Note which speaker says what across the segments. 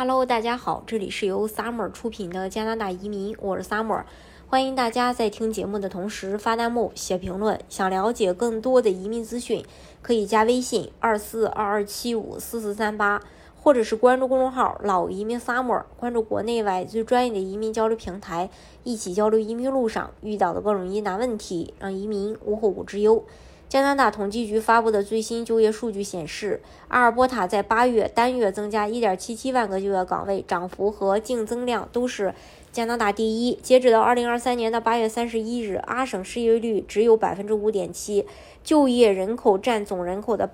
Speaker 1: Hello， 大家好，这里是由 Summer 出品的加拿大移民，我是 Summer， 欢迎大家在听节目的同时发弹幕、写评论。想了解更多的移民资讯，可以加微信2422754438，或者是关注公众号老移民 Summer， 关注国内外最专业的移民交流平台，一起交流移民路上遇到的各种疑难问题，让移民无后顾之忧。加拿大统计局发布的最新就业数据显示，阿尔伯塔在8月单月增加 1.77 万个就业岗位，涨幅和净增量都是加拿大第一。截止到2023年的8月31日，阿省失业率只有 5.7%， 就业人口占总人口的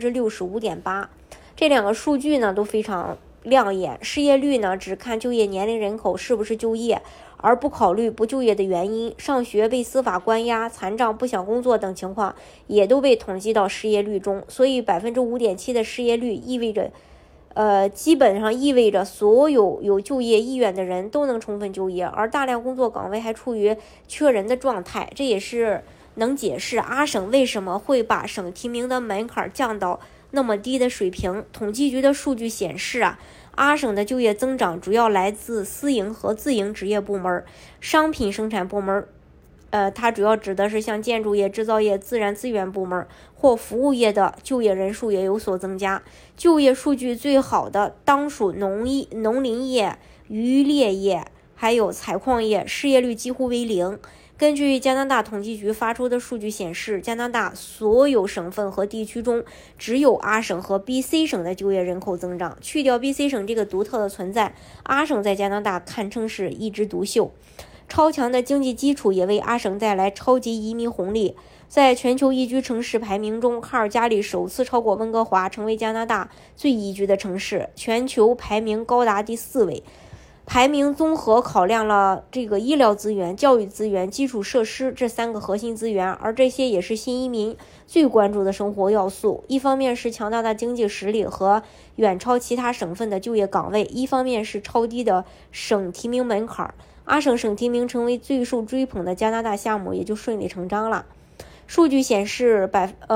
Speaker 1: 65.8%。这两个数据呢都非常亮眼。失业率呢只看就业年龄人口是不是就业，而不考虑不就业的原因。上学、被司法关押、残障、不想工作等情况也都被统计到失业率中。所以 5.7% 的失业率意味着基本上意味着所有有就业意愿的人都能充分就业，而大量工作岗位还处于缺人的状态。这也是能解释阿省为什么会把省提名的门槛降到那么低的水平。统计局的数据显示阿省的就业增长主要来自私营和自营职业部门，商品生产部门它主要指的是像建筑业、制造业、自然资源部门或服务业的就业人数也有所增加。就业数据最好的当属农林业、渔猎业还有采矿业，失业率几乎为零。根据加拿大统计局发出的数据显示，加拿大所有省份和地区中，只有阿省和 BC 省的就业人口增长。去掉 BC 省这个独特的存在，阿省在加拿大堪称是一枝独秀。超强的经济基础也为阿省带来超级移民红利。在全球宜居城市排名中，卡尔加里首次超过温哥华，成为加拿大最宜居的城市，全球排名高达第4位。排名综合考量了这个医疗资源、教育资源、基础设施这3个核心资源，而这些也是新移民最关注的生活要素。一方面是强大的经济实力和远超其他省份的就业岗位，一方面是超低的省提名门槛。阿省省提名成为最受追捧的加拿大项目，也就顺理成章了。数据显示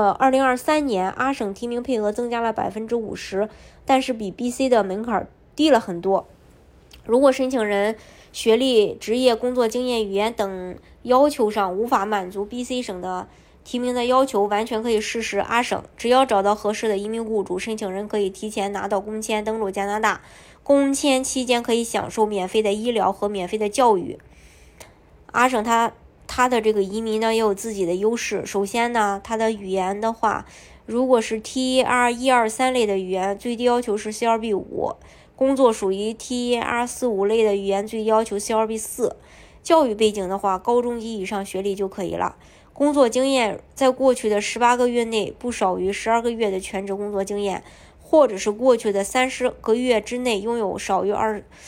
Speaker 1: 2023年阿省提名配额增加了 50%， 但是比 BC 的门槛低了很多。如果申请人学历、职业、工作经验、语言等要求上无法满足 BC 省的提名的要求，完全可以试试阿省。只要找到合适的移民雇主，申请人可以提前拿到工签登陆加拿大。工签期间可以享受免费的医疗和免费的教育。阿省它的这个移民呢也有自己的优势。首先呢，它的语言的话，如果是 TER123 类的语言，最低要求是 CLB5。工作属于 TER45 类的语言，最低要求 CLB4。教育背景的话，高中及以上学历就可以了。工作经验在过去的18个月内不少于12个月的全职工作经验，或者是过去的30个月之内拥有不少于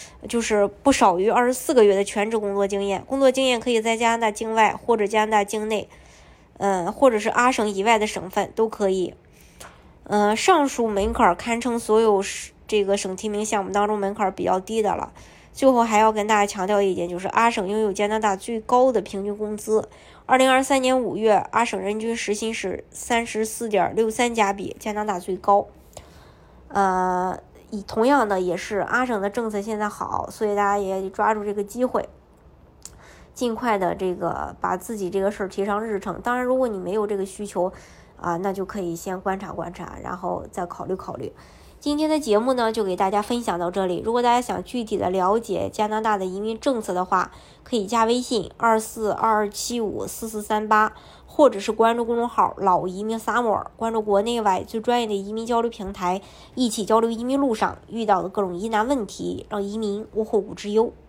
Speaker 1: 24个月的全职工作经验。工作经验可以在加拿大境外或者加拿大境内，或者是阿省以外的省份都可以。上述门槛堪称所有这个省提名项目当中门槛比较低的了。最后还要跟大家强调一点，就是阿省拥有加拿大最高的平均工资。2023年5月，阿省人均时薪是 34.63 加币，加拿大最高。同样的也是阿省的政策现在好，所以大家也抓住这个机会，尽快的这个把自己这个事儿提上日程。当然如果你没有这个需求那就可以先观察观察，然后再考虑考虑。今天的节目呢就给大家分享到这里。如果大家想具体的了解加拿大的移民政策的话，可以加微信2422754438，或者是关注公众号老移民 Summer， 关注国内外最专业的移民交流平台，一起交流移民路上遇到的各种疑难问题，让移民无后顾之忧。